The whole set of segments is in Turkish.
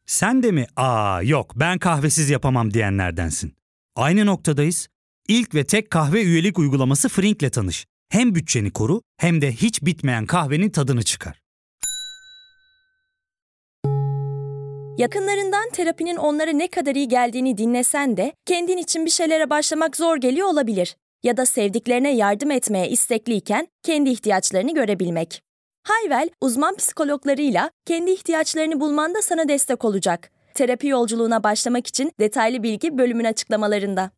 Sen de mi yok ben kahvesiz yapamam diyenlerdensin? Aynı noktadayız. İlk ve tek kahve üyelik uygulaması Frink'le tanış. Hem bütçeni koru hem de hiç bitmeyen kahvenin tadını çıkar. Yakınlarından terapinin onlara ne kadar iyi geldiğini dinlesen de kendin için bir şeylere başlamak zor geliyor olabilir. Ya da sevdiklerine yardım etmeye istekliyken kendi ihtiyaçlarını görebilmek. Hayvel, uzman psikologlarıyla kendi ihtiyaçlarını bulmanda sana destek olacak. Terapi yolculuğuna başlamak için detaylı bilgi bölümün açıklamalarında.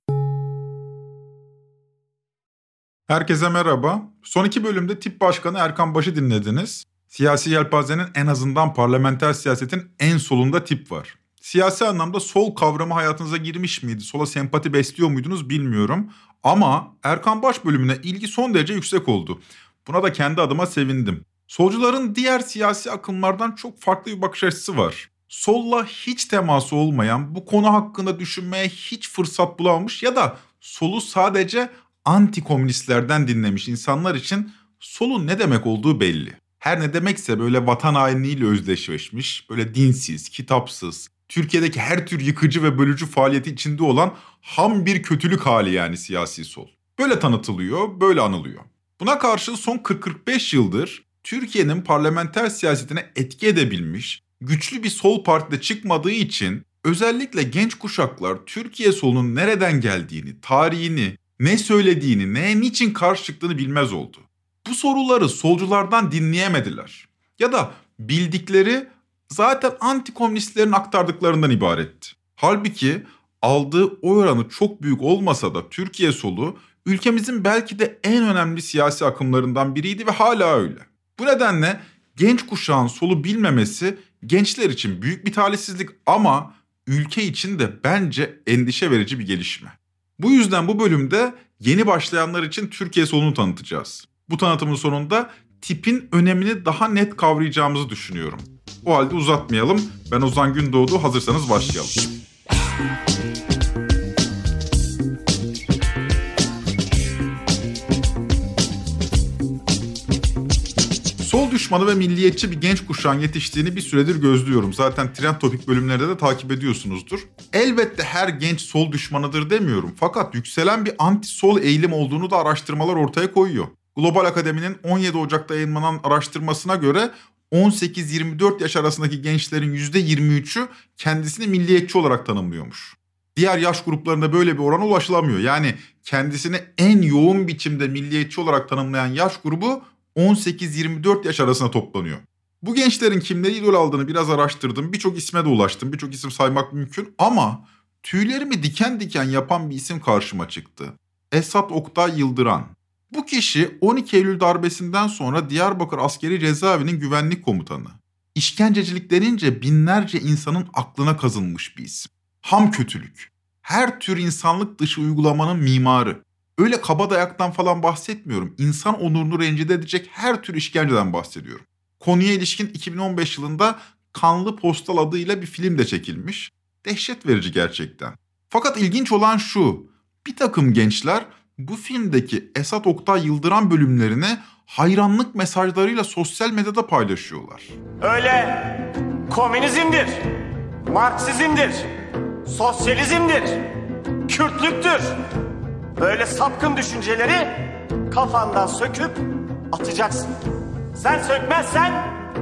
Herkese merhaba. Son 2 bölümde tip başkanı Erkan Baş'ı dinlediniz. Siyasi yelpazenin en azından parlamenter siyasetin en solunda tip var. Siyasi anlamda sol kavramı hayatınıza girmiş miydi? Sola sempati besliyor muydunuz bilmiyorum. Ama Erkan Baş bölümüne ilgi son derece yüksek oldu. Buna da kendi adıma sevindim. Solcuların diğer siyasi akımlardan çok farklı bir bakış açısı var. Solla hiç teması olmayan, bu konu hakkında düşünmeye hiç fırsat bulamamış ya da solu sadece anti-komünistlerden dinlemiş insanlar için solun ne demek olduğu belli. Her ne demekse böyle vatan hainliğiyle özdeşleşmiş, böyle dinsiz, kitapsız, Türkiye'deki her tür yıkıcı ve bölücü faaliyeti içinde olan ham bir kötülük hali yani siyasi sol. Böyle tanıtılıyor, böyle anılıyor. Buna karşı son 40-45 yıldır Türkiye'nin parlamenter siyasetine etki edebilmiş, güçlü bir sol partide çıkmadığı için özellikle genç kuşaklar Türkiye solunun nereden geldiğini, tarihini, ne söylediğini, neye niçin karşı çıktığını bilmez oldu. Bu soruları solculardan dinleyemediler. Ya da bildikleri zaten antikomünistlerin aktardıklarından ibaretti. Halbuki aldığı oy oranı çok büyük olmasa da Türkiye solu ülkemizin belki de en önemli siyasi akımlarından biriydi ve hala öyle. Bu nedenle genç kuşağın solu bilmemesi gençler için büyük bir talihsizlik ama ülke için de bence endişe verici bir gelişme. Bu yüzden bu bölümde yeni başlayanlar için Türkiye solunu tanıtacağız. Bu tanıtımın sonunda tipin önemini daha net kavrayacağımızı düşünüyorum. O halde uzatmayalım. Ben Ozan Gündoğdu, hazırsanız başlayalım. Sol düşmanı ve milliyetçi bir genç kuşağın yetiştiğini bir süredir gözlüyorum. Zaten Trend Topik bölümlerde de takip ediyorsunuzdur. Elbette her genç sol düşmanıdır demiyorum. Fakat yükselen bir anti-sol eğilim olduğunu da araştırmalar ortaya koyuyor. Global Akademi'nin 17 Ocak'ta yayınlanan araştırmasına göre 18-24 yaş arasındaki gençlerin %23'ü kendisini milliyetçi olarak tanımlıyormuş. Diğer yaş gruplarında böyle bir orana ulaşılamıyor. Yani kendisini en yoğun biçimde milliyetçi olarak tanımlayan yaş grubu 18-24 yaş arasına toplanıyor. Bu gençlerin kimleri idol aldığını biraz araştırdım. Birçok isme de ulaştım. Birçok isim saymak mümkün ama tüylerimi diken diken yapan bir isim karşıma çıktı. Esat Oktay Yıldıran. Bu kişi 12 Eylül darbesinden sonra Diyarbakır Askeri Cezaevi'nin güvenlik komutanı. İşkencecilik denince binlerce insanın aklına kazınmış bir isim. Ham kötülük. Her tür insanlık dışı uygulamanın mimarı. Öyle kabadayaktan falan bahsetmiyorum. İnsan onurunu rencide edecek her tür işkenceden bahsediyorum. Konuya ilişkin 2015 yılında Kanlı Postal adıyla bir film de çekilmiş. Dehşet verici gerçekten. Fakat ilginç olan şu. Bir takım gençler bu filmdeki Esat Oktay Yıldıran bölümlerini hayranlık mesajlarıyla sosyal medyada paylaşıyorlar. Öyle komünizmdir, Marksizmdir, sosyalizmdir, Kürtlüktür. Böyle sapkın düşünceleri kafandan söküp atacaksın. Sen sökmezsen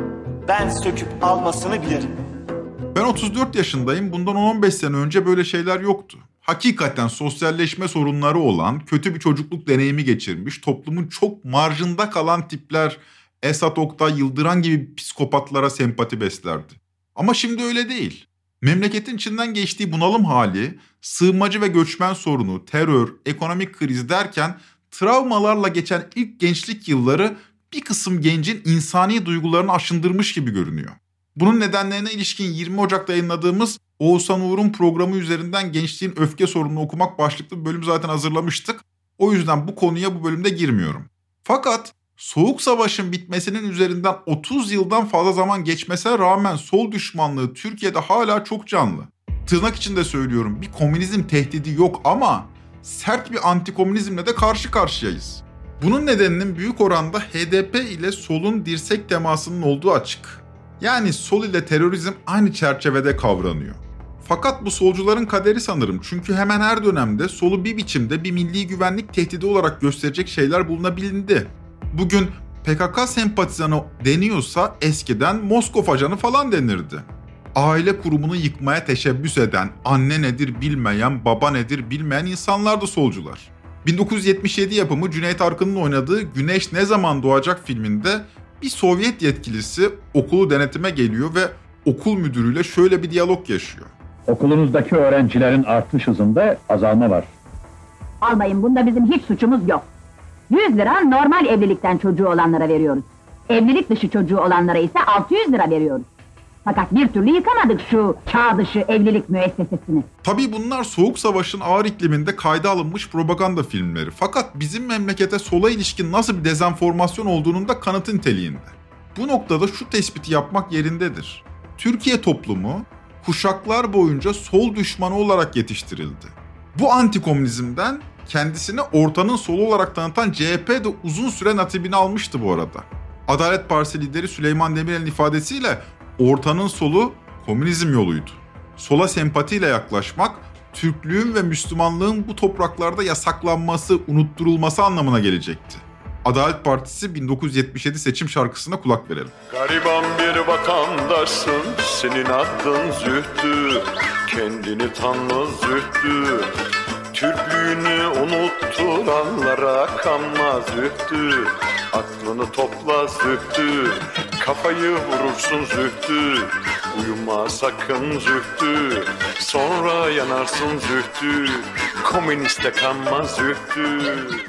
ben söküp almasını bilirim. Ben 34 yaşındayım. Bundan 15 sene önce böyle şeyler yoktu. Hakikaten sosyalleşme sorunları olan, kötü bir çocukluk deneyimi geçirmiş, toplumun çok marjında kalan tipler Esat Oktay Yıldıran gibi psikopatlara sempati beslerdi. Ama şimdi öyle değil. Memleketin içinden geçtiği bunalım hali, sığınmacı ve göçmen sorunu, terör, ekonomik kriz derken travmalarla geçen ilk gençlik yılları bir kısım gencin insani duygularını aşındırmış gibi görünüyor. Bunun nedenlerine ilişkin 20 Ocak'ta yayınladığımız Oğuzhan Uğur'un programı üzerinden gençliğin öfke sorununu okumak başlıklı bir bölüm zaten hazırlamıştık. O yüzden bu konuya bu bölümde girmiyorum. Fakat Soğuk Savaş'ın bitmesinin üzerinden 30 yıldan fazla zaman geçmesine rağmen sol düşmanlığı Türkiye'de hala çok canlı. Tırnak içinde söylüyorum, bir komünizm tehdidi yok ama sert bir antikomünizmle de karşı karşıyayız. Bunun nedeninin büyük oranda HDP ile solun dirsek temasının olduğu açık. Yani sol ile terörizm aynı çerçevede kavranıyor. Fakat bu solcuların kaderi sanırım. Çünkü hemen her dönemde solu bir biçimde bir milli güvenlik tehdidi olarak gösterecek şeyler bulunabilindi. Bugün PKK sempatizanı deniyorsa eskiden Moskov ajanı falan denirdi. Aile kurumunu yıkmaya teşebbüs eden, anne nedir bilmeyen, baba nedir bilmeyen insanlar da solcular. 1977 yapımı Cüneyt Arkın'ın oynadığı Güneş Ne Zaman Doğacak filminde bir Sovyet yetkilisi okulu denetime geliyor ve okul müdürüyle şöyle bir diyalog yaşıyor. Okulunuzdaki öğrencilerin artış hızında azalma var. Almayın, bunda bizim hiç suçumuz yok. 100 lira normal evlilikten çocuğu olanlara veriyoruz. Evlilik dışı çocuğu olanlara ise 600 lira veriyoruz. Fakat bir türlü yıkamadık şu çağ dışı evlilik müessesesini. Tabii bunlar Soğuk Savaş'ın ağır ikliminde kayda alınmış propaganda filmleri. Fakat bizim memlekete sola ilişkin nasıl bir dezenformasyon olduğunun da kanıtı niteliğinde. Bu noktada şu tespiti yapmak yerindedir. Türkiye toplumu kuşaklar boyunca sol düşmanı olarak yetiştirildi. Bu antikomünizmden kendisini ortanın solu olarak tanıtan CHP de uzun süre nasibini almıştı bu arada. Adalet Partisi lideri Süleyman Demirel'in ifadesiyle ortanın solu komünizm yoluydu. Sola sempatiyle yaklaşmak, Türklüğün ve Müslümanlığın bu topraklarda yasaklanması, unutturulması anlamına gelecekti. Adalet Partisi 1977 seçim şarkısına kulak verelim. Gariban bir vatandaşsın, senin adın Zühtü, kendini tanı Zühtü. Türklüğünü unutturanlara kanma Zühtü, aklını topla Zühtü, kafayı vurursun Zühtü, uyuma sakın Zühtü, sonra yanarsın Zühtü, komüniste kanma Zühtü.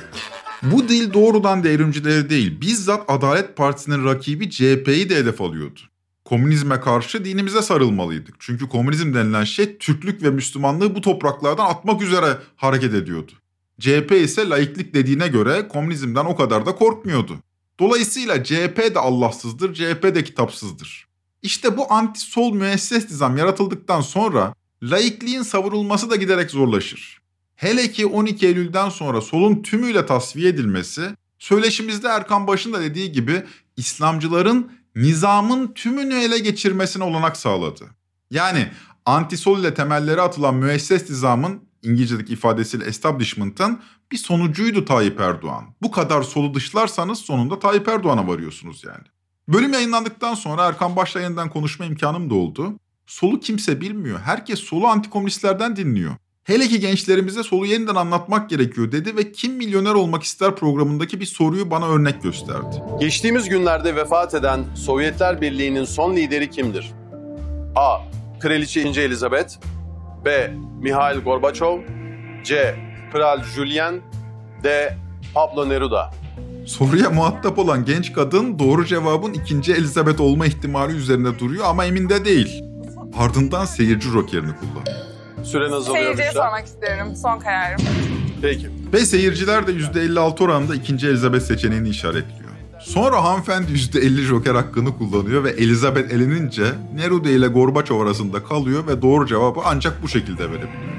Bu dil doğrudan devrimcileri değil, bizzat Adalet Partisi'nin rakibi CHP'yi de hedef alıyordu. Komünizme karşı dinimize sarılmalıydık. Çünkü komünizm denilen şey Türklük ve Müslümanlığı bu topraklardan atmak üzere hareket ediyordu. CHP ise laiklik dediğine göre komünizmden o kadar da korkmuyordu. Dolayısıyla CHP de Allahsızdır, CHP de kitapsızdır. İşte bu anti-sol müesses nizam yaratıldıktan sonra laikliğin savurulması da giderek zorlaşır. Hele ki 12 Eylül'den sonra solun tümüyle tasfiye edilmesi, söyleşimizde Erkan Baş'ın da dediği gibi İslamcıların nizamın tümünü ele geçirmesine olanak sağladı. Yani anti-sol ile temelleri atılan müesses nizamın, İngilizce'deki ifadesiyle establishment'ın bir sonucuydu Tayyip Erdoğan. Bu kadar solu dışlarsanız sonunda Tayyip Erdoğan'a varıyorsunuz yani. Bölüm yayınlandıktan sonra Erkan Baş'la yeniden konuşma imkanım da oldu. Solu kimse bilmiyor. Herkes solu antikomünistlerden dinliyor. Hele ki gençlerimize solu yeniden anlatmak gerekiyor dedi ve Kim Milyoner Olmak İster programındaki bir soruyu bana örnek gösterdi. Geçtiğimiz günlerde vefat eden Sovyetler Birliği'nin son lideri kimdir? A. Kraliçe 2. Elizabeth, B. Mihail Gorbaçov, C. Kral Julian, D. Pablo Neruda. Soruya muhatap olan genç kadın doğru cevabın 2. Elizabeth olma ihtimali üzerinde duruyor ama emin de değil. Ardından seyirci jokerini kullanıyor. Süren azalıyor. Seyirciye sormak istiyorum. Son kararım. Peki. Ve seyirciler de %56 oranında 2. Elizabeth seçeneğini işaretliyor. Sonra hanımefendi %50 joker hakkını kullanıyor ve Elizabeth elenince Neruda ile Gorbaçov arasında kalıyor ve doğru cevabı ancak bu şekilde verebiliyor.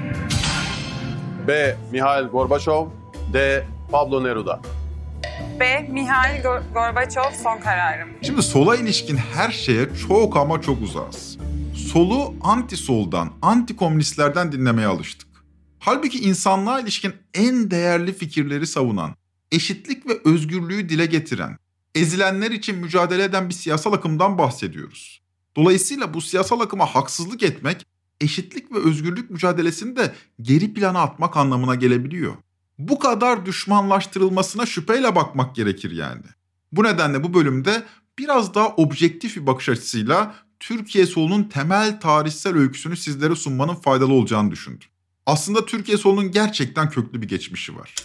B. Mihail Gorbaçov, D. Pablo Neruda. B. Mihail Gorbaçov son kararım. Şimdi sola ilişkin her şeye çok ama çok uzağız. Solu anti-soldan, anti-komünistlerden dinlemeye alıştık. Halbuki insanlığa ilişkin en değerli fikirleri savunan, eşitlik ve özgürlüğü dile getiren, ezilenler için mücadele eden bir siyasal akımdan bahsediyoruz. Dolayısıyla bu siyasal akıma haksızlık etmek, eşitlik ve özgürlük mücadelesini de geri plana atmak anlamına gelebiliyor. Bu kadar düşmanlaştırılmasına şüpheyle bakmak gerekir yani. Bu nedenle bu bölümde biraz daha objektif bir bakış açısıyla Türkiye solunun temel tarihsel öyküsünü sizlere sunmanın faydalı olacağını düşündüm. Aslında Türkiye solunun gerçekten köklü bir geçmişi var.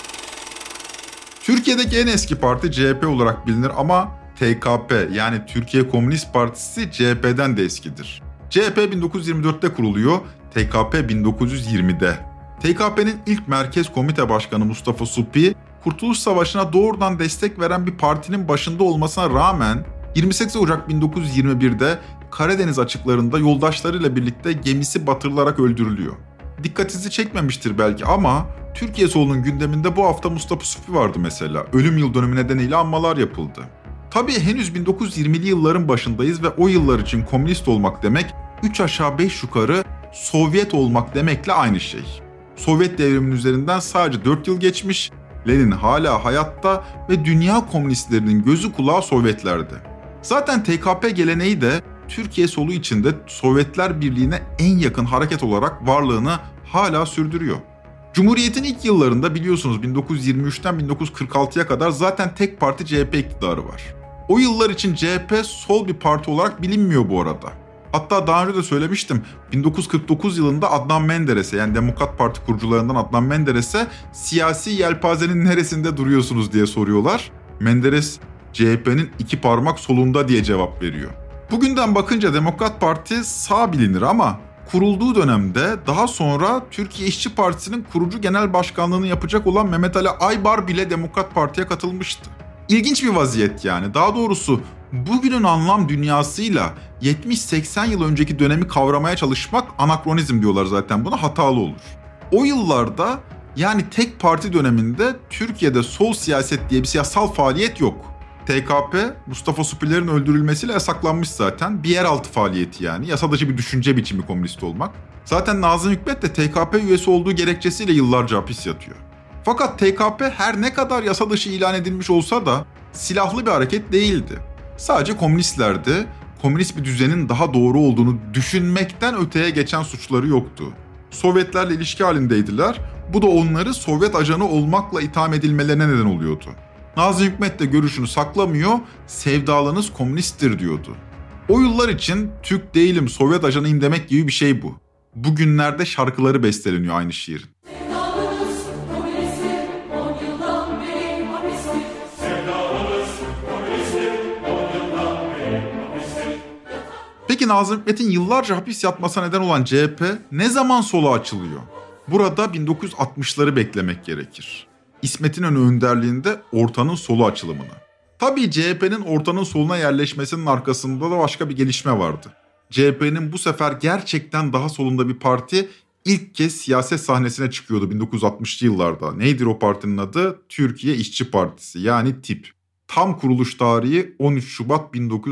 Türkiye'deki en eski parti CHP olarak bilinir ama TKP yani Türkiye Komünist Partisi CHP'den de eskidir. CHP 1924'te kuruluyor, TKP 1920'de. TKP'nin ilk merkez komite başkanı Mustafa Suphi, Kurtuluş Savaşı'na doğrudan destek veren bir partinin başında olmasına rağmen 28 Ocak 1921'de Karadeniz açıklarında yoldaşlarıyla birlikte gemisi batırılarak öldürülüyor. Dikkatinizi çekmemiştir belki ama Türkiye solunun gündeminde bu hafta Mustafa Suphi vardı mesela. Ölüm yıl dönümü nedeniyle anmalar yapıldı. Tabii henüz 1920'li yılların başındayız ve o yıllar için komünist olmak demek 3 aşağı 5 yukarı Sovyet olmak demekle aynı şey. Sovyet devriminin üzerinden sadece 4 yıl geçmiş, Lenin hala hayatta ve dünya komünistlerinin gözü kulağı Sovyetlerde. Zaten TKP geleneği de Türkiye solu içinde Sovyetler Birliği'ne en yakın hareket olarak varlığını hala sürdürüyor. Cumhuriyet'in ilk yıllarında biliyorsunuz 1923'ten 1946'ya kadar zaten tek parti CHP iktidarı var. O yıllar için CHP sol bir parti olarak bilinmiyor bu arada. Hatta daha önce de söylemiştim, 1949 yılında Adnan Menderes'e, yani Demokrat Parti kurucularından Adnan Menderes'e siyasi yelpazenin neresinde duruyorsunuz diye soruyorlar. Menderes CHP'nin 2 parmak solunda diye cevap veriyor. Bugünden bakınca Demokrat Parti sağ bilinir ama kurulduğu dönemde daha sonra Türkiye İşçi Partisi'nin kurucu genel başkanlığını yapacak olan Mehmet Ali Aybar bile Demokrat Parti'ye katılmıştı. İlginç bir vaziyet yani. Daha doğrusu bugünün anlam dünyasıyla 70-80 yıl önceki dönemi kavramaya çalışmak, anakronizm diyorlar zaten buna, hatalı olur. O yıllarda, yani tek parti döneminde Türkiye'de sol siyaset diye bir siyasal faaliyet yok. TKP, Mustafa Süpürler'in öldürülmesiyle yasaklanmış zaten. Bir yeraltı faaliyeti yani. Yasa dışı bir düşünce biçimi komünist olmak. Zaten Nazım Hikmet de TKP üyesi olduğu gerekçesiyle yıllarca hapis yatıyor. Fakat TKP her ne kadar yasa dışı ilan edilmiş olsa da silahlı bir hareket değildi. Sadece komünistlerdi. Komünist bir düzenin daha doğru olduğunu düşünmekten öteye geçen suçları yoktu. Sovyetlerle ilişki halindeydiler. Bu da onları Sovyet ajanı olmakla itham edilmelerine neden oluyordu. Nazım Hikmet de görüşünü saklamıyor, sevdalınız komünisttir diyordu. O yıllar için Türk değilim, Sovyet ajanıyım demek gibi bir şey bu. Bugünlerde şarkıları besteleniyor aynı şiirin. Peki Nazım Hikmet'in yıllarca hapis yatmasına neden olan CHP ne zaman sola açılıyor? Burada 1960'ları beklemek gerekir. İsmet İnönü önderliğinde ortanın solu açılımını. Tabii CHP'nin ortanın soluna yerleşmesinin arkasında da başka bir gelişme vardı. CHP'nin bu sefer gerçekten daha solunda bir parti ilk kez siyaset sahnesine çıkıyordu 1960'lı yıllarda. Neydir o partinin adı? Türkiye İşçi Partisi, yani TİP. Tam kuruluş tarihi 13 Şubat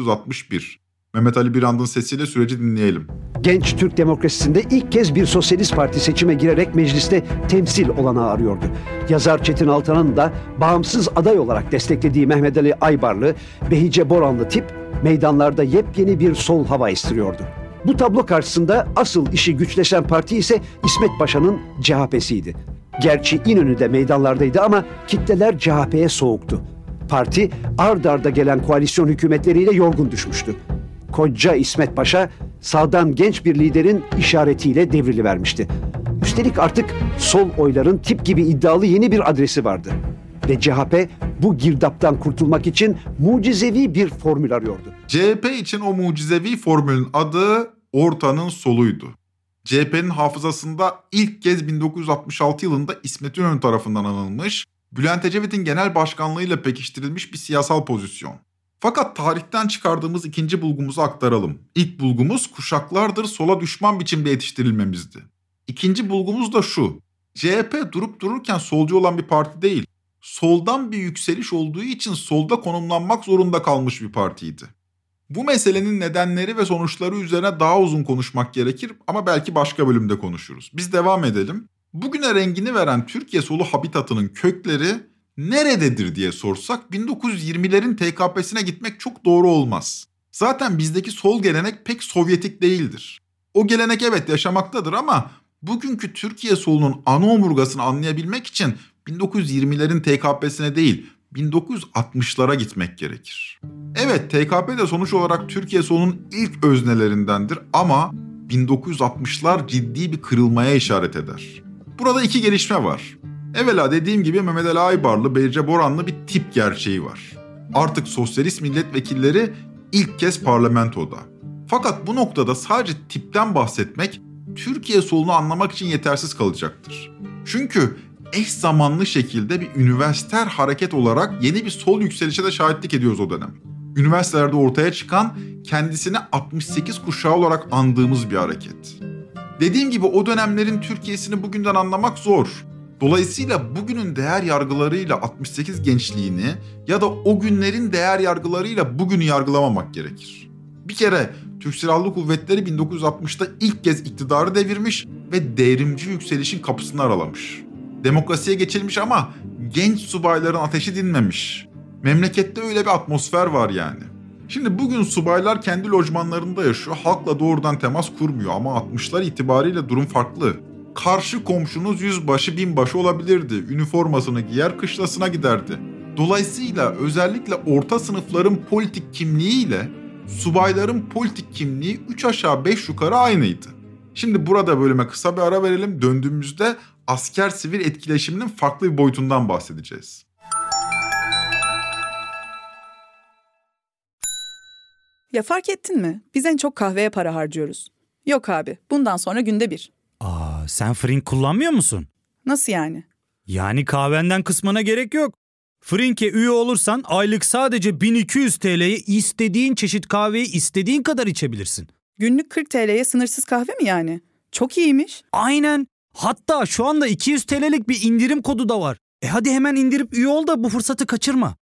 1961. Mehmet Ali Birand'ın sesiyle süreci dinleyelim. Genç Türk demokrasisinde ilk kez bir sosyalist parti seçime girerek mecliste temsil olanağı arıyordu. Yazar Çetin Altan'ın da bağımsız aday olarak desteklediği Mehmet Ali Aybarlı, Behice Boranlı tip meydanlarda yepyeni bir sol hava estiriyordu. Bu tablo karşısında asıl işi güçleşen parti ise İsmet Paşa'nın CHP'siydi. Gerçi İnönü de meydanlardaydı ama kitleler CHP'ye soğuktu. Parti ard arda gelen koalisyon hükümetleriyle yorgun düşmüştü. Koca İsmet Paşa sağdan genç bir liderin işaretiyle devrilivermişti. Üstelik artık sol oyların tip gibi iddialı yeni bir adresi vardı. Ve CHP bu girdaptan kurtulmak için mucizevi bir formül arıyordu. CHP için o mucizevi formülün adı ortanın soluydu. CHP'nin hafızasında ilk kez 1966 yılında İsmet İnönü tarafından anılmış, Bülent Ecevit'in genel başkanlığıyla pekiştirilmiş bir siyasal pozisyon. Fakat tarihten çıkardığımız ikinci bulgumuzu aktaralım. İlk bulgumuz kuşaklardır sola düşman biçimde yetiştirilmemizdi. İkinci bulgumuz da şu: CHP durup dururken solcu olan bir parti değil, soldan bir yükseliş olduğu için solda konumlanmak zorunda kalmış bir partiydi. Bu meselenin nedenleri ve sonuçları üzerine daha uzun konuşmak gerekir ama belki başka bölümde konuşuruz. Biz devam edelim. Bugüne rengini veren Türkiye solu habitatının kökleri nerededir diye sorsak 1920'lerin TKP'sine gitmek çok doğru olmaz. Zaten bizdeki sol gelenek pek Sovyetik değildir. O gelenek evet yaşamaktadır ama bugünkü Türkiye solunun ana omurgasını anlayabilmek için 1920'lerin TKP'sine değil 1960'lara gitmek gerekir. Evet, TKP de sonuç olarak Türkiye solunun ilk öznelerindendir ama 1960'lar ciddi bir kırılmaya işaret eder. Burada iki gelişme var. Evvela dediğim gibi Mehmet Ali Aybarlı, Behice Boranlı bir tip gerçeği var. Artık sosyalist milletvekilleri ilk kez parlamentoda. Fakat bu noktada sadece tipten bahsetmek Türkiye solunu anlamak için yetersiz kalacaktır. Çünkü eş zamanlı şekilde bir üniversiter hareket olarak yeni bir sol yükselişe de şahitlik ediyoruz o dönem. Üniversitelerde ortaya çıkan, kendisini 68 kuşağı olarak andığımız bir hareket. Dediğim gibi o dönemlerin Türkiye'sini bugünden anlamak zor. Dolayısıyla bugünün değer yargılarıyla 68 gençliğini ya da o günlerin değer yargılarıyla bugünü yargılamamak gerekir. Bir kere Türk Silahlı Kuvvetleri 1960'ta ilk kez iktidarı devirmiş ve devrimci yükselişin kapısını aralamış. Demokrasiye geçilmiş ama genç subayların ateşi dinmemiş. Memlekette öyle bir atmosfer var yani. Şimdi bugün subaylar kendi lojmanlarında yaşıyor, halkla doğrudan temas kurmuyor ama 60'lar itibariyle durum farklı. Karşı komşunuz yüzbaşı, binbaşı olabilirdi. Üniformasını giyer, kışlasına giderdi. Dolayısıyla özellikle orta sınıfların politik kimliğiyle subayların politik kimliği 3 aşağı 5 yukarı aynıydı. Şimdi burada bölüme kısa bir ara verelim. Döndüğümüzde asker-sivil etkileşiminin farklı bir boyutundan bahsedeceğiz. Ya fark ettin mi? Biz en çok kahveye para harcıyoruz. Yok abi, bundan sonra günde bir. Sen Frink kullanmıyor musun? Nasıl yani? Yani kahvenden kısmına gerek yok. Frink'e üye olursan aylık sadece 1200 TL'ye istediğin çeşit kahveyi istediğin kadar içebilirsin. Günlük 40 TL'ye sınırsız kahve mi yani? Çok iyiymiş. Aynen. Hatta şu anda 200 TL'lik bir indirim kodu da var. Hadi hemen indirip üye ol da bu fırsatı kaçırma.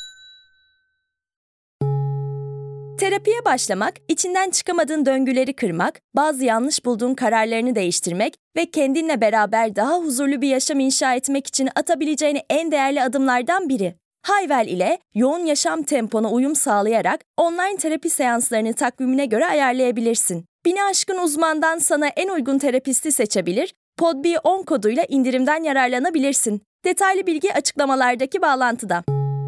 Terapiye başlamak, içinden çıkamadığın döngüleri kırmak, bazı yanlış bulduğun kararlarını değiştirmek ve kendinle beraber daha huzurlu bir yaşam inşa etmek için atabileceğin en değerli adımlardan biri. Hayvel ile yoğun yaşam tempona uyum sağlayarak online terapi seanslarını takvimine göre ayarlayabilirsin. 1000'i aşkın uzmandan sana en uygun terapisti seçebilir, PodB10 koduyla indirimden yararlanabilirsin. Detaylı bilgi açıklamalardaki bağlantıda.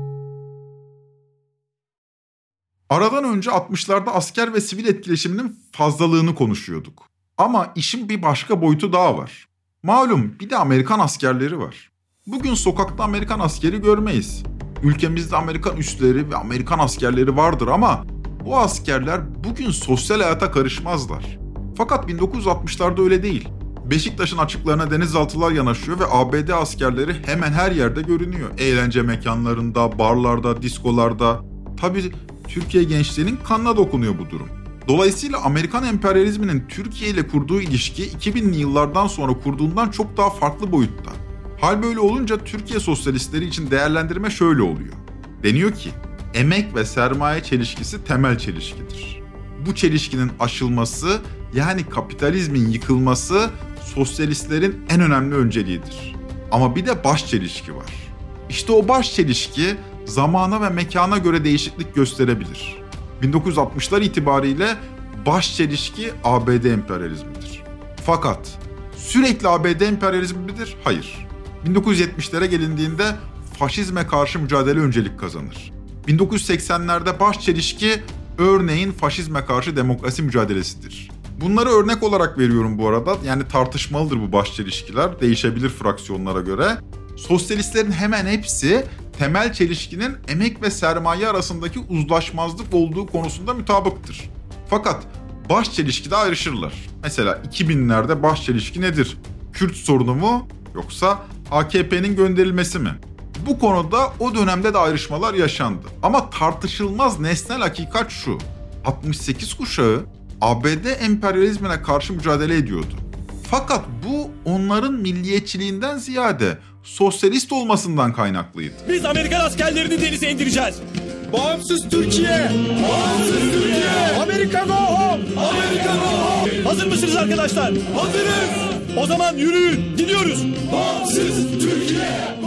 Aradan önce 60'larda asker ve sivil etkileşiminin fazlalığını konuşuyorduk. Ama işin bir başka boyutu daha var. Malum bir de Amerikan askerleri var. Bugün sokakta Amerikan askeri görmeyiz. Ülkemizde Amerikan üsleri ve Amerikan askerleri vardır ama bu askerler bugün sosyal hayata karışmazlar. Fakat 1960'larda öyle değil. Beşiktaş'ın açıklarına denizaltılar yanaşıyor ve ABD askerleri hemen her yerde görünüyor. Eğlence mekanlarında, barlarda, diskolarda. Tabii Türkiye gençliğinin kanına dokunuyor bu durum. Dolayısıyla Amerikan emperyalizminin Türkiye ile kurduğu ilişki 2000'li yıllardan sonra kurduğundan çok daha farklı boyutta. Hal böyle olunca Türkiye sosyalistleri için değerlendirme şöyle oluyor. Deniyor ki, emek ve sermaye çelişkisi temel çelişkidir. Bu çelişkinin aşılması, yani kapitalizmin yıkılması sosyalistlerin en önemli önceliğidir. Ama bir de baş çelişki var. İşte o baş çelişki zamana ve mekana göre değişiklik gösterebilir. 1960'lar itibariyle baş çelişki ABD emperyalizmidir. Fakat sürekli ABD emperyalizmi midir? Hayır. 1970'lere gelindiğinde faşizme karşı mücadele öncelik kazanır. 1980'lerde baş çelişki örneğin faşizme karşı demokrasi mücadelesidir. Bunları örnek olarak veriyorum bu arada. Yani tartışmalıdır bu baş çelişkiler. Değişebilir fraksiyonlara göre. Sosyalistlerin hemen hepsi temel çelişkinin emek ve sermaye arasındaki uzlaşmazlık olduğu konusunda mutabıktır. Fakat baş çelişkide ayrışırlar. Mesela 2000'lerde baş çelişki nedir? Kürt sorunu mu yoksa AKP'nin gönderilmesi mi? Bu konuda o dönemde de ayrışmalar yaşandı. Ama tartışılmaz nesnel hakikat şu. 68 kuşağı ABD emperyalizmine karşı mücadele ediyordu. Fakat bu onların milliyetçiliğinden ziyade sosyalist olmasından kaynaklıydı. Biz Amerikan askerlerini denize indireceğiz. Bağımsız Türkiye! Bağımsız Türkiye! Amerika go home! Amerika go home! Hazır mısınız arkadaşlar? Hazırız! O zaman yürüyün, gidiyoruz. Bağımsız Türkiye!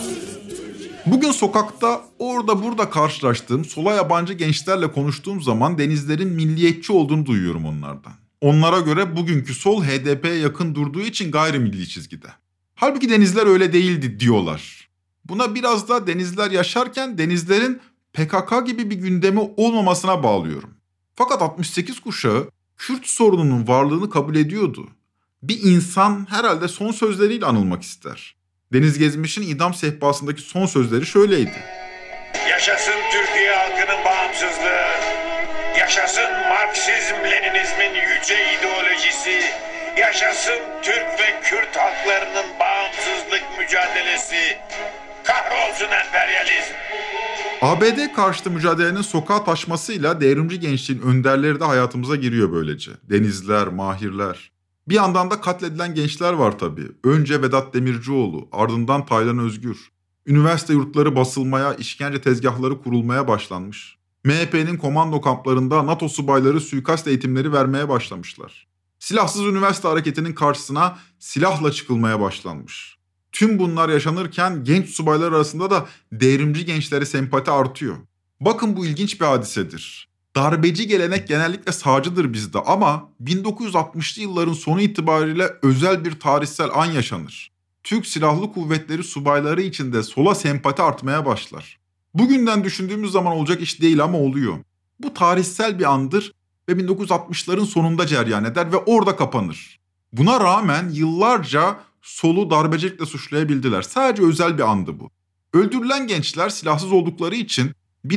Bugün sokakta orada burada karşılaştığım sola yabancı gençlerle konuştuğum zaman denizlerin milliyetçi olduğunu duyuyorum onlardan. Onlara göre bugünkü sol HDP'ye yakın durduğu için gayrimilli çizgide. Halbuki denizler öyle değildi diyorlar. Buna biraz da denizler yaşarken denizlerin PKK gibi bir gündemi olmamasına bağlıyorum. Fakat 68 kuşağı Kürt sorununun varlığını kabul ediyordu. Bir insan herhalde son sözleriyle anılmak ister. Deniz Gezmiş'in idam sehpasındaki son sözleri şöyleydi. Yaşasın Türkiye halkının bağımsızlığı. Yaşasın Marksizm-Leninizmin yüce ideolojisi. Yaşasın Türk ve Kürt halklarının bağımsızlık mücadelesi. Kahrolsun emperyalizm. ABD karşıtı mücadelenin sokağa taşmasıyla devrimci gençliğin önderleri de hayatımıza giriyor böylece. Denizler, Mahirler. Bir yandan da katledilen gençler var tabii. Önce Vedat Demircioğlu, ardından Taylan Özgür. Üniversite yurtları basılmaya, işkence tezgahları kurulmaya başlanmış. MHP'nin komando kamplarında NATO subayları suikast eğitimleri vermeye başlamışlar. Silahsız üniversite hareketinin karşısına silahla çıkılmaya başlanmış. Tüm bunlar yaşanırken genç subaylar arasında da devrimci gençlere sempati artıyor. Bakın bu ilginç bir hadisedir. Darbeci gelenek genellikle sağcıdır bizde ama 1960'lı yılların sonu itibariyle özel bir tarihsel an yaşanır. Türk Silahlı Kuvvetleri subayları içinde sola sempati artmaya başlar. Bugünden düşündüğümüz zaman olacak iş değil ama oluyor. Bu tarihsel bir andır ve 1960'ların sonunda cereyan eder ve orada kapanır. Buna rağmen yıllarca solu darbecilikle suçlayabildiler. Sadece özel bir andı bu. Öldürülen gençler silahsız oldukları için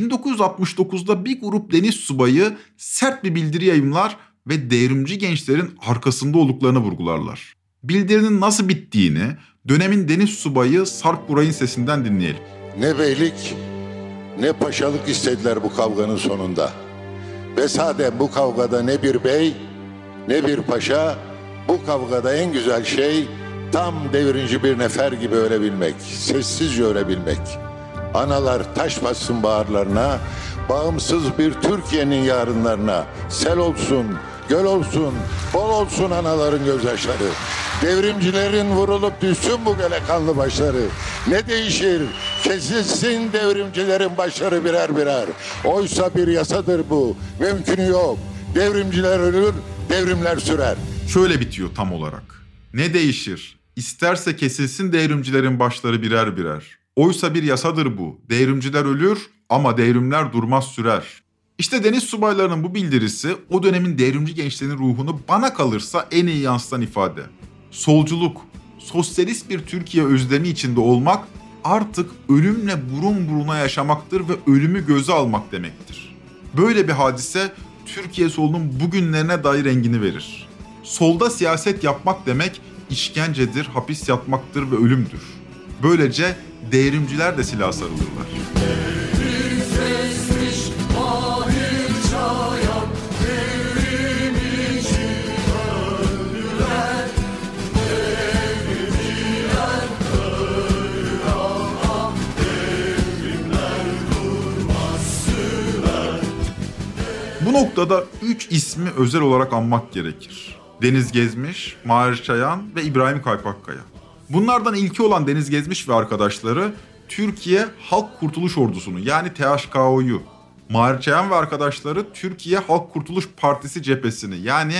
1969'da bir grup deniz subayı sert bir bildiri yayımlar ve devrimci gençlerin arkasında olduklarını vurgularlar. Bildirinin nasıl bittiğini dönemin deniz subayı Sarp Buray'ın sesinden dinleyelim. Ne beylik ne paşalık istediler bu kavganın sonunda. Ve sadece bu kavgada ne bir bey ne bir paşa, bu kavgada en güzel şey tam devrimci bir nefer gibi ölebilmek, sessizce ölebilmek. Analar taş bassın bağırlarına, bağımsız bir Türkiye'nin yarınlarına. Sel olsun, göl olsun, bol olsun anaların gözyaşları. Devrimcilerin vurulup düşsün bu göle kanlı başları. Ne değişir? Kesilsin devrimcilerin başları birer birer. Oysa bir yasadır bu, mümkünü yok. Devrimciler ölür, devrimler sürer. Şöyle bitiyor tam olarak. Ne değişir? İsterse kesilsin devrimcilerin başları birer birer. Oysa bir yasadır bu. Devrimciler ölür ama devrimler durmaz sürer. İşte deniz subaylarının bu bildirisi o dönemin devrimci gençliğinin ruhunu bana kalırsa en iyi yansıtan ifade. Solculuk, sosyalist bir Türkiye özlemi içinde olmak artık ölümle burun buruna yaşamaktır ve ölümü göze almak demektir. Böyle bir hadise Türkiye solunun bugünlerine dair rengini verir. Solda siyaset yapmak demek işkencedir, hapis yatmaktır ve ölümdür. Böylece devrimciler de silah sarılırlar. Bu noktada 3 ismi özel olarak anmak gerekir. Deniz Gezmiş, Mahir Çayan ve İbrahim Kaypakkaya. Bunlardan ilki olan Deniz Gezmiş ve arkadaşları Türkiye Halk Kurtuluş Ordusu'nu yani THKO'yu, Mahir Çayan ve arkadaşları Türkiye Halk Kurtuluş Partisi cephesini yani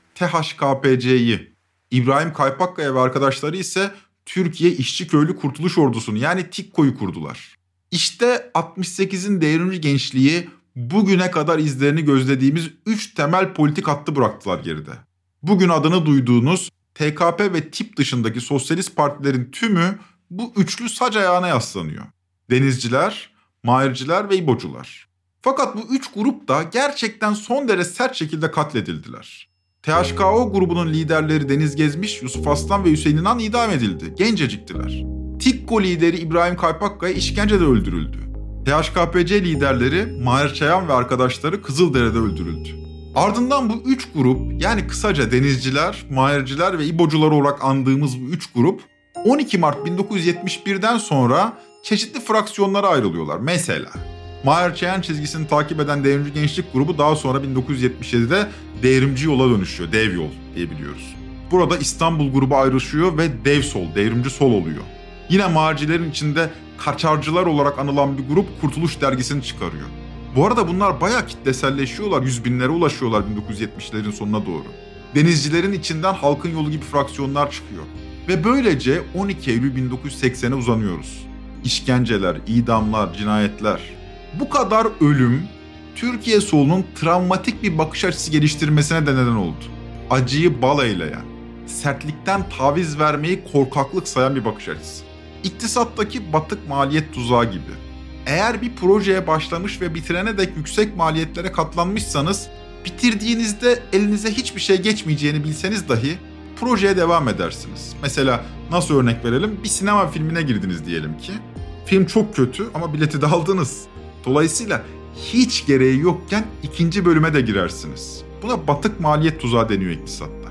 THKPC'yi, İbrahim Kaypakkaya ve arkadaşları ise Türkiye İşçi Köylü Kurtuluş Ordusu'nu yani TİKKO'yu kurdular. İşte 68'in devrimci gençliği bugüne kadar izlerini gözlediğimiz 3 temel politik hattı bıraktılar geride. Bugün adını duyduğunuz TKP ve TİP dışındaki sosyalist partilerin tümü bu üçlü sac ayağına yaslanıyor. Denizciler, Mahirciler ve İbocular. Fakat bu üç grup da gerçekten son derece sert şekilde katledildiler. THKO grubunun liderleri Deniz Gezmiş, Yusuf Aslan ve Hüseyin İnan idam edildi. Genceciktiler. TİKKO lideri İbrahim Kaypakkaya işkencede öldürüldü. THKPC liderleri Mahir Çayan ve arkadaşları Kızıldere'de öldürüldü. Ardından bu üç grup yani kısaca denizciler, mahirciler ve İbocular olarak andığımız bu üç grup 12 Mart 1971'den sonra çeşitli fraksiyonlara ayrılıyorlar. Mesela Mahir Çayan çizgisini takip eden Devrimci Gençlik Grubu daha sonra 1977'de Devrimci Yol'a dönüşüyor. Dev Yol diyebiliyoruz. Burada İstanbul grubu ayrışıyor ve Dev Sol, Devrimci Sol oluyor. Yine mahircilerin içinde Kaçarcılar olarak anılan bir grup Kurtuluş Dergisi'ni çıkarıyor. Bu arada bunlar bayağı kitleselleşiyorlar, 100 binlere ulaşıyorlar 1970'lerin sonuna doğru. Denizcilerin içinden Halkın Yolu gibi fraksiyonlar çıkıyor. Ve böylece 12 Eylül 1980'e uzanıyoruz. İşkenceler, idamlar, cinayetler. Bu kadar ölüm, Türkiye solunun travmatik bir bakış açısı geliştirmesine de neden oldu. Acıyı bal eyleyen, sertlikten taviz vermeyi korkaklık sayan bir bakış açısı. İktisattaki batık maliyet tuzağı gibi. Eğer bir projeye başlamış ve bitirene dek yüksek maliyetlere katlanmışsanız, bitirdiğinizde elinize hiçbir şey geçmeyeceğini bilseniz dahi projeye devam edersiniz. Mesela nasıl örnek verelim? Bir sinema filmine girdiniz diyelim ki. Film çok kötü ama bileti de aldınız. Dolayısıyla hiç gereği yokken ikinci bölüme de girersiniz. Buna batık maliyet tuzağı deniyor iktisatta.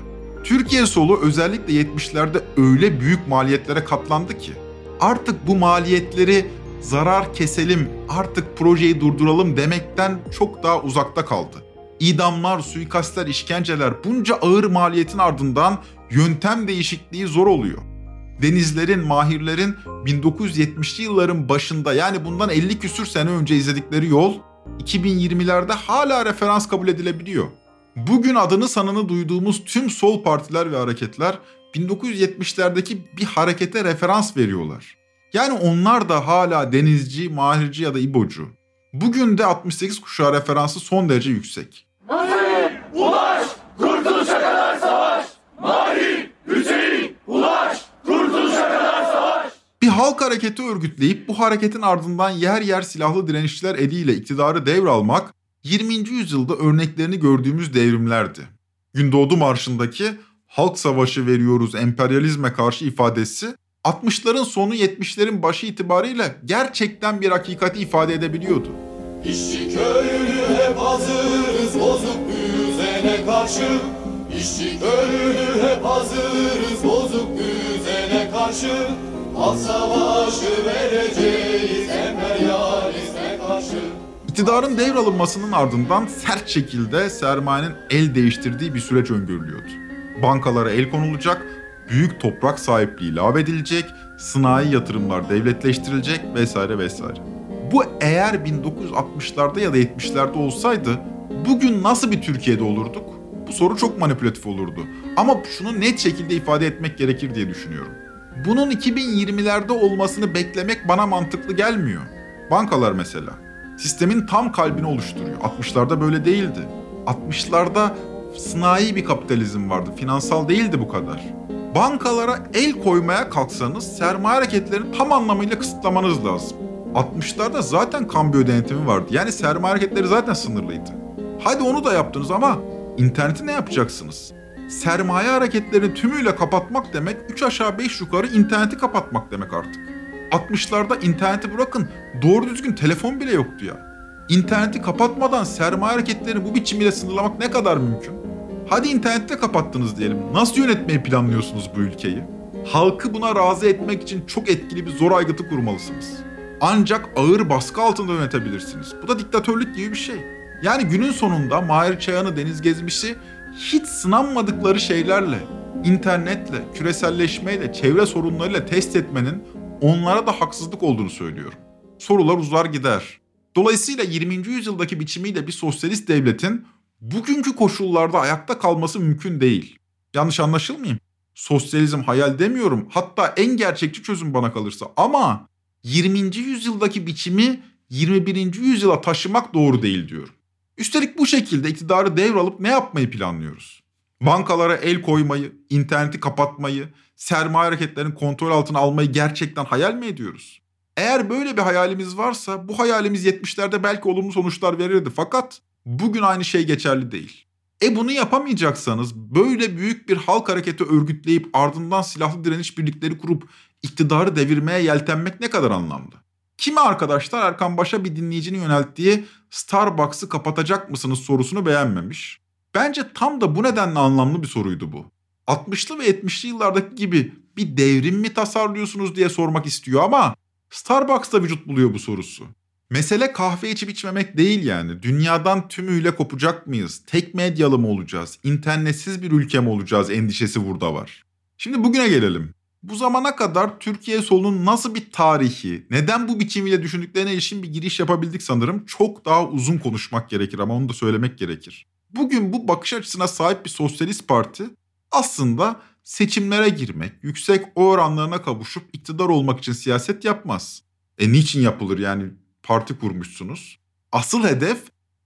Türkiye solu özellikle 70'lerde öyle büyük maliyetlere katlandı ki artık bu maliyetleri zarar keselim, artık projeyi durduralım demekten çok daha uzakta kaldı. İdamlar, suikastler, işkenceler bunca ağır maliyetin ardından yöntem değişikliği zor oluyor. Denizlerin, mahirlerin 1970'li yılların başında yani bundan 50 küsür sene önce izledikleri yol 2020'lerde hala referans kabul edilebiliyor. Bugün adını sanını duyduğumuz tüm sol partiler ve hareketler 1970'lerdeki bir harekete referans veriyorlar. Yani onlar da hala denizci, mahirci ya da İbocu. Bugün de 68 kuşağı referansı son derece yüksek. Hüseyin, ulaş, kurtuluşa kadar savaş. Mahir, Hüseyin, ulaş, kurtuluşa kadar savaş. Bir halk hareketi örgütleyip bu hareketin ardından yer yer silahlı direnişçiler eliyle iktidarı devralmak 20. yüzyılda örneklerini gördüğümüz devrimlerdi. Gündoğdu Marşı'ndaki halk savaşı veriyoruz emperyalizme karşı ifadesi 60'ların sonu 70'lerin başı itibariyle gerçekten bir hakikati ifade edebiliyordu. İşçi köylü hep hazırız bozuk düzene karşı. İşçi köylü hep hazırız bozuk düzene karşı. Halk savaşı vereceğiz emperyalizme karşı. İktidarın devralınmasının ardından sert şekilde sermayenin el değiştirdiği bir süreç öngörülüyordu. Bankalara el konulacak, büyük toprak sahipliği ilave edilecek, sanayi yatırımlar devletleştirilecek vesaire vesaire. Bu eğer 1960'larda ya da 70'lerde olsaydı bugün nasıl bir Türkiye'de olurduk? Bu soru çok manipülatif olurdu. Ama şunu net şekilde ifade etmek gerekir diye düşünüyorum. Bunun 2020'lerde olmasını beklemek bana mantıklı gelmiyor. Bankalar mesela. Sistemin tam kalbini oluşturuyor. 60'larda böyle değildi. 60'larda sanayi bir kapitalizm vardı. Finansal değildi bu kadar. Bankalara el koymaya kalksanız sermaye hareketlerini tam anlamıyla kısıtlamanız lazım. 60'larda zaten kambiyo denetimi vardı. Yani sermaye hareketleri zaten sınırlıydı. Hadi onu da yaptınız ama interneti ne yapacaksınız? Sermaye hareketlerini tümüyle kapatmak demek 3 aşağı 5 yukarı interneti kapatmak demek artık. 60'larda interneti bırakın doğru düzgün telefon bile yoktu ya. İnterneti kapatmadan sermaye hareketlerini bu biçimiyle sınırlamak ne kadar mümkün? Hadi interneti de kapattınız diyelim. Nasıl yönetmeyi planlıyorsunuz bu ülkeyi? Halkı buna razı etmek için çok etkili bir zor aygıtı kurmalısınız. Ancak ağır baskı altında yönetebilirsiniz. Bu da diktatörlük gibi bir şey. Yani günün sonunda Mahir Çayan'ı, Deniz Gezmiş'i hiç sınanmadıkları şeylerle, internetle, küreselleşmeyle, çevre sorunlarıyla test etmenin onlara da haksızlık olduğunu söylüyorum. Sorular uzar gider. Dolayısıyla 20. yüzyıldaki biçimiyle bir sosyalist devletin bugünkü koşullarda ayakta kalması mümkün değil. Yanlış anlaşılmayayım. Sosyalizm hayal demiyorum. Hatta en gerçekçi çözüm bana kalırsa. Ama 20. yüzyıldaki biçimi 21. yüzyıla taşımak doğru değil diyorum. Üstelik bu şekilde iktidarı devralıp ne yapmayı planlıyoruz? Bankalara el koymayı, interneti kapatmayı, sermaye hareketlerinin kontrol altına almayı gerçekten hayal mi ediyoruz? Eğer böyle bir hayalimiz varsa bu hayalimiz 70'lerde belki olumlu sonuçlar verirdi. Fakat bugün aynı şey geçerli değil. Bunu yapamayacaksanız böyle büyük bir halk hareketi örgütleyip ardından silahlı direniş birlikleri kurup iktidarı devirmeye yeltenmek ne kadar anlamlı? Kimi arkadaşlar Erkan Baş'a bir dinleyicinin yönelttiği Starbucks'ı kapatacak mısınız sorusunu beğenmemiş. Bence tam da bu nedenle anlamlı bir soruydu bu. 60'lı ve 70'li yıllardaki gibi bir devrim mi tasarlıyorsunuz diye sormak istiyor ama Starbucks'ta vücut buluyor bu sorusu. Mesele kahve içip içmemek değil yani. Dünyadan tümüyle kopacak mıyız? Tek medyalı mı olacağız? İnternetsiz bir ülke mi olacağız endişesi burada var. Şimdi bugüne gelelim. Bu zamana kadar Türkiye solunun nasıl bir tarihi, neden bu biçimiyle düşündüklerine ilişkin bir giriş yapabildik sanırım. Çok daha uzun konuşmak gerekir ama onu da söylemek gerekir. Bugün bu bakış açısına sahip bir sosyalist parti aslında seçimlere girmek, yüksek oy oranlarına kavuşup iktidar olmak için siyaset yapmaz. Niçin yapılır yani parti kurmuşsunuz? Asıl hedef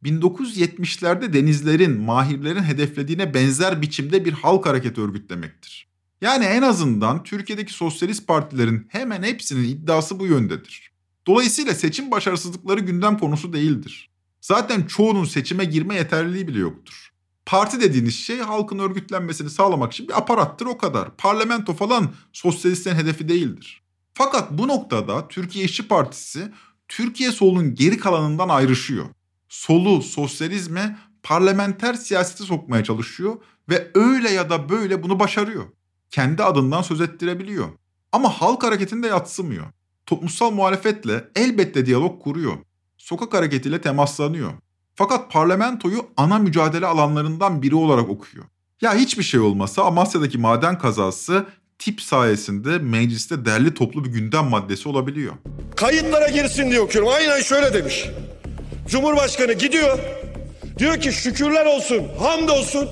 1970'lerde denizlerin, mahirlerin hedeflediğine benzer biçimde bir halk hareketi örgütlemektir. Yani en azından Türkiye'deki sosyalist partilerin hemen hepsinin iddiası bu yöndedir. Dolayısıyla seçim başarısızlıkları gündem konusu değildir. Zaten çoğunun seçime girme yeterliliği bile yoktur. Parti dediğiniz şey halkın örgütlenmesini sağlamak için bir aparattır o kadar. Parlamento falan sosyalistlerin hedefi değildir. Fakat bu noktada Türkiye İşçi Partisi Türkiye solunun geri kalanından ayrışıyor. Solu, sosyalizme parlamenter siyasete sokmaya çalışıyor ve öyle ya da böyle bunu başarıyor. Kendi adından söz ettirebiliyor. Ama halk hareketinde yadsımıyor. Toplumsal muhalefetle elbette diyalog kuruyor. Sokak hareketiyle temaslanıyor. Fakat parlamentoyu ana mücadele alanlarından biri olarak okuyor. Ya hiçbir şey olmasa Amasya'daki maden kazası tip sayesinde mecliste derli toplu bir gündem maddesi olabiliyor. Kayıtlara girsin diye okuyorum. Aynen şöyle demiş. Cumhurbaşkanı gidiyor. Diyor ki şükürler olsun, hamdolsun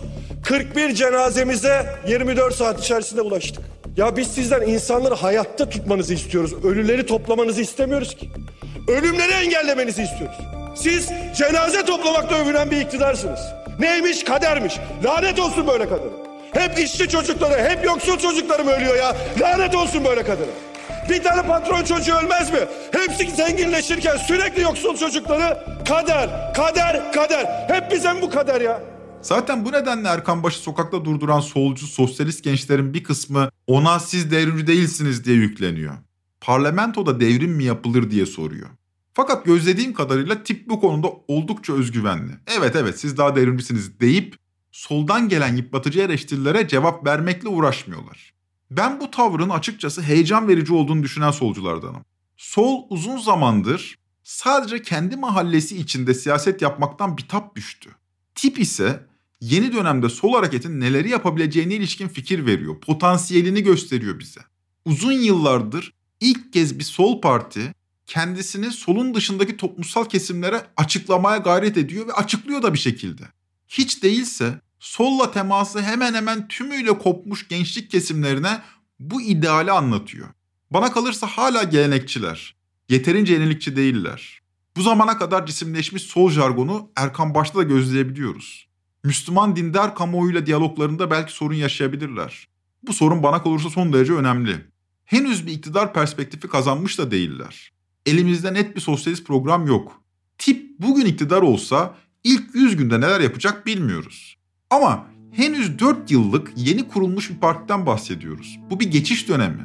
41 cenazemize 24 saat içerisinde ulaştık. Ya biz sizden insanları hayatta tutmanızı istiyoruz. Ölüleri toplamanızı istemiyoruz ki. Ölümleri engellemenizi istiyoruz. Siz cenaze toplamakta övünen bir iktidarsınız. Neymiş? Kadermiş. Lanet olsun böyle kadına. Hep işçi çocukları, hep yoksul çocukları mı ölüyor ya? Lanet olsun böyle kadına. Bir tane patron çocuğu ölmez mi? Hepsi zenginleşirken sürekli yoksul çocukları kader, kader, kader. Hep bize bu kader ya. Zaten bu nedenle Erkan Baş'ı sokakta durduran solcu, sosyalist gençlerin bir kısmı ona siz devrimci değilsiniz diye yükleniyor. Parlamentoda devrim mi yapılır diye soruyor. Fakat gözlediğim kadarıyla tip bu konuda oldukça özgüvenli. Evet siz daha devrimcisiniz deyip soldan gelen yıpratıcı eleştirilere cevap vermekle uğraşmıyorlar. Ben bu tavrın açıkçası heyecan verici olduğunu düşünen solculardanım. Sol uzun zamandır sadece kendi mahallesi içinde siyaset yapmaktan bitap düştü. Tip ise yeni dönemde sol hareketin neleri yapabileceğine ilişkin fikir veriyor, potansiyelini gösteriyor bize. Uzun yıllardır ilk kez bir sol parti kendisini solun dışındaki toplumsal kesimlere açıklamaya gayret ediyor ve açıklıyor da bir şekilde. Hiç değilse solla teması hemen hemen tümüyle kopmuş gençlik kesimlerine bu ideali anlatıyor. Bana kalırsa hala gelenekçiler, yeterince yenilikçi değiller. Bu zamana kadar cisimleşmiş sol jargonu Erkan Baş'ta da gözleyebiliyoruz. Müslüman dindar kamuoyuyla diyaloglarında belki sorun yaşayabilirler. Bu sorun bana kalırsa son derece önemli. Henüz bir iktidar perspektifi kazanmış da değiller. Elimizde net bir sosyalist program yok. Tip bugün iktidar olsa ilk 100 günde neler yapacak bilmiyoruz. Ama henüz 4 yıllık yeni kurulmuş bir partiden bahsediyoruz. Bu bir geçiş dönemi.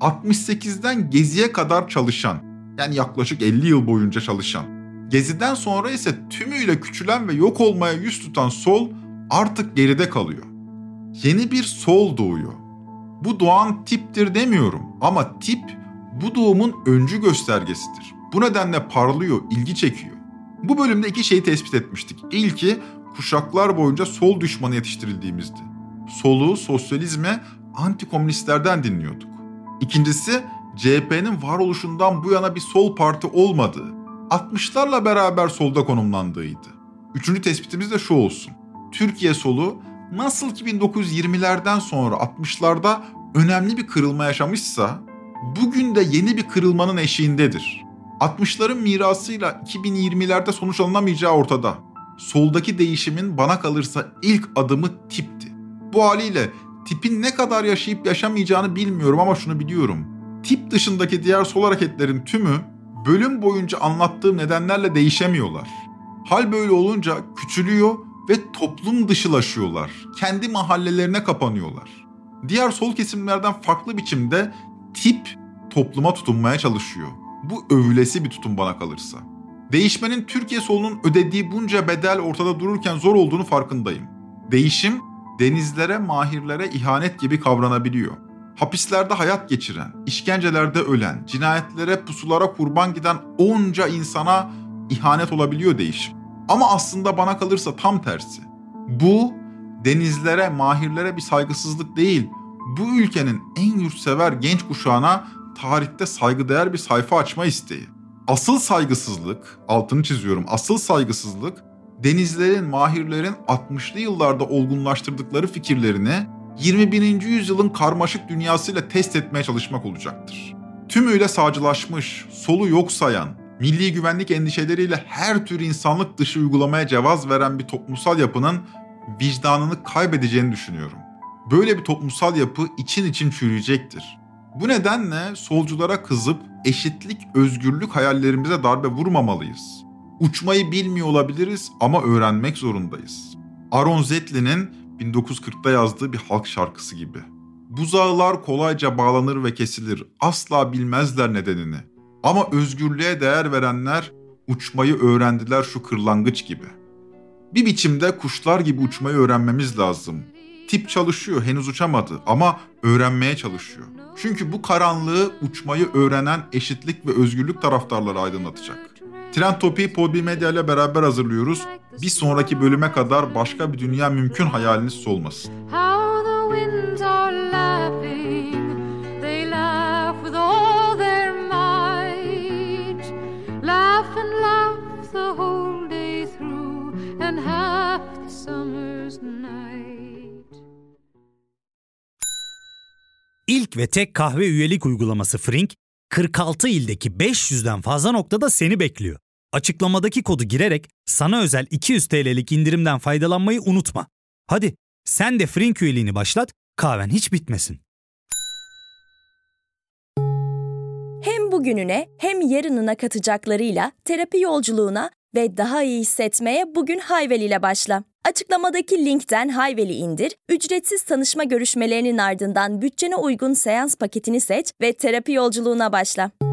68'den Gezi'ye kadar çalışan, yani yaklaşık 50 yıl boyunca çalışan, Gezi'den sonra ise tümüyle küçülen ve yok olmaya yüz tutan sol artık geride kalıyor. Yeni bir sol doğuyor. Bu doğan tiptir demiyorum ama tip bu doğumun öncü göstergesidir. Bu nedenle parlıyor, ilgi çekiyor. Bu bölümde 2 şeyi tespit etmiştik. İlki kuşaklar boyunca sol düşmanı yetiştirildiğimizdi. Solu, sosyalizme, antikomünistlerden dinliyorduk. İkincisi CHP'nin varoluşundan bu yana bir sol parti olmadığı, 60'larla beraber solda konumlandığıydı. Üçüncü tespitimiz de şu olsun. Türkiye solu nasıl ki 1920'lerden sonra 60'larda önemli bir kırılma yaşamışsa, bugün de yeni bir kırılmanın eşiğindedir. 60'ların mirasıyla 2020'lerde sonuç alınamayacağı ortada. Soldaki değişimin bana kalırsa ilk adımı tipti. Bu haliyle tipin ne kadar yaşayıp yaşamayacağını bilmiyorum ama şunu biliyorum. Tip dışındaki diğer sol hareketlerin tümü bölüm boyunca anlattığım nedenlerle değişemiyorlar. Hal böyle olunca küçülüyor ve toplum dışılaşıyorlar. Kendi mahallelerine kapanıyorlar. Diğer sol kesimlerden farklı biçimde tip topluma tutunmaya çalışıyor. Bu övülesi bir tutum bana kalırsa. Değişmenin Türkiye solunun ödediği bunca bedel ortada dururken zor olduğunu farkındayım. Değişim denizlere, mahirlere ihanet gibi kavranabiliyor. Hapislerde hayat geçiren, işkencelerde ölen, cinayetlere, pusulara kurban giden onca insana ihanet olabiliyor değişim. Ama aslında bana kalırsa tam tersi. Bu denizlere, mahirlere bir saygısızlık değil, bu ülkenin en yurtsever genç kuşağına tarihte saygıdeğer bir sayfa açma isteği. Asıl saygısızlık, altını çiziyorum, asıl saygısızlık denizlerin, mahirlerin 60'lı yıllarda olgunlaştırdıkları fikirlerini 21. yüzyılın karmaşık dünyasıyla test etmeye çalışmak olacaktır. Tümüyle sağcılaşmış, solu yok sayan, milli güvenlik endişeleriyle her tür insanlık dışı uygulamaya cevaz veren bir toplumsal yapının vicdanını kaybedeceğini düşünüyorum. Böyle bir toplumsal yapı için için çürüyecektir. Bu nedenle solculara kızıp eşitlik, özgürlük hayallerimize darbe vurmamalıyız. Uçmayı bilmiyor olabiliriz ama öğrenmek zorundayız. Aaron Zetlin'in 1940'da yazdığı bir halk şarkısı gibi. Buzağılar kolayca bağlanır ve kesilir, asla bilmezler nedenini. Ama özgürlüğe değer verenler uçmayı öğrendiler şu kırlangıç gibi. Bir biçimde kuşlar gibi uçmayı öğrenmemiz lazım. Tip çalışıyor, henüz uçamadı ama öğrenmeye çalışıyor. Çünkü bu karanlığı uçmayı öğrenen eşitlik ve özgürlük taraftarları aydınlatacak. Trend Topi'yi Podbi Medya ile beraber hazırlıyoruz. Bir sonraki bölüme kadar başka bir dünya mümkün hayaliniz solmasın. İlk ve tek kahve üyelik uygulaması Frink, 46 ildeki 500'den fazla noktada seni bekliyor. Açıklamadaki kodu girerek sana özel 200 TL'lik indirimden faydalanmayı unutma. Hadi sen de Frink üyeliğini başlat, kahven hiç bitmesin. Hem bugününe hem yarınına katacaklarıyla terapi yolculuğuna ve daha iyi hissetmeye bugün Hayvel ile başla. Açıklamadaki linkten Hayvel'i indir, ücretsiz tanışma görüşmelerinin ardından bütçene uygun seans paketini seç ve terapi yolculuğuna başla.